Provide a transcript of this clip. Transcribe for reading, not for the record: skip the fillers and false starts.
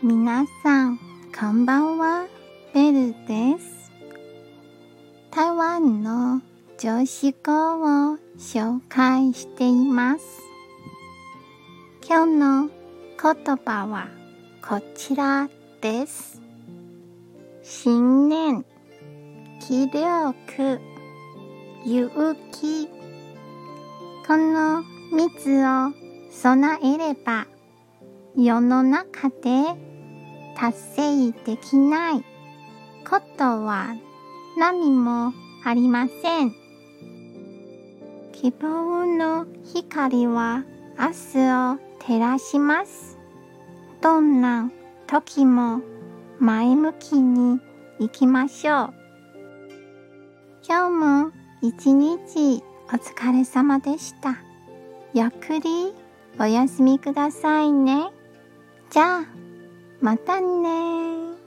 皆さん、こんばんは。ベルです。台湾の常識語を紹介しています。今日の言葉はこちらです。信念、気力、勇気。この3つを備えれば世の中で達成できないことは何もありません。希望の光は明日を照らします。どんな時も前向きに行きましょう。今日も一日お疲れ様でした。ゆっくりお休みくださいね。じゃあ、またね。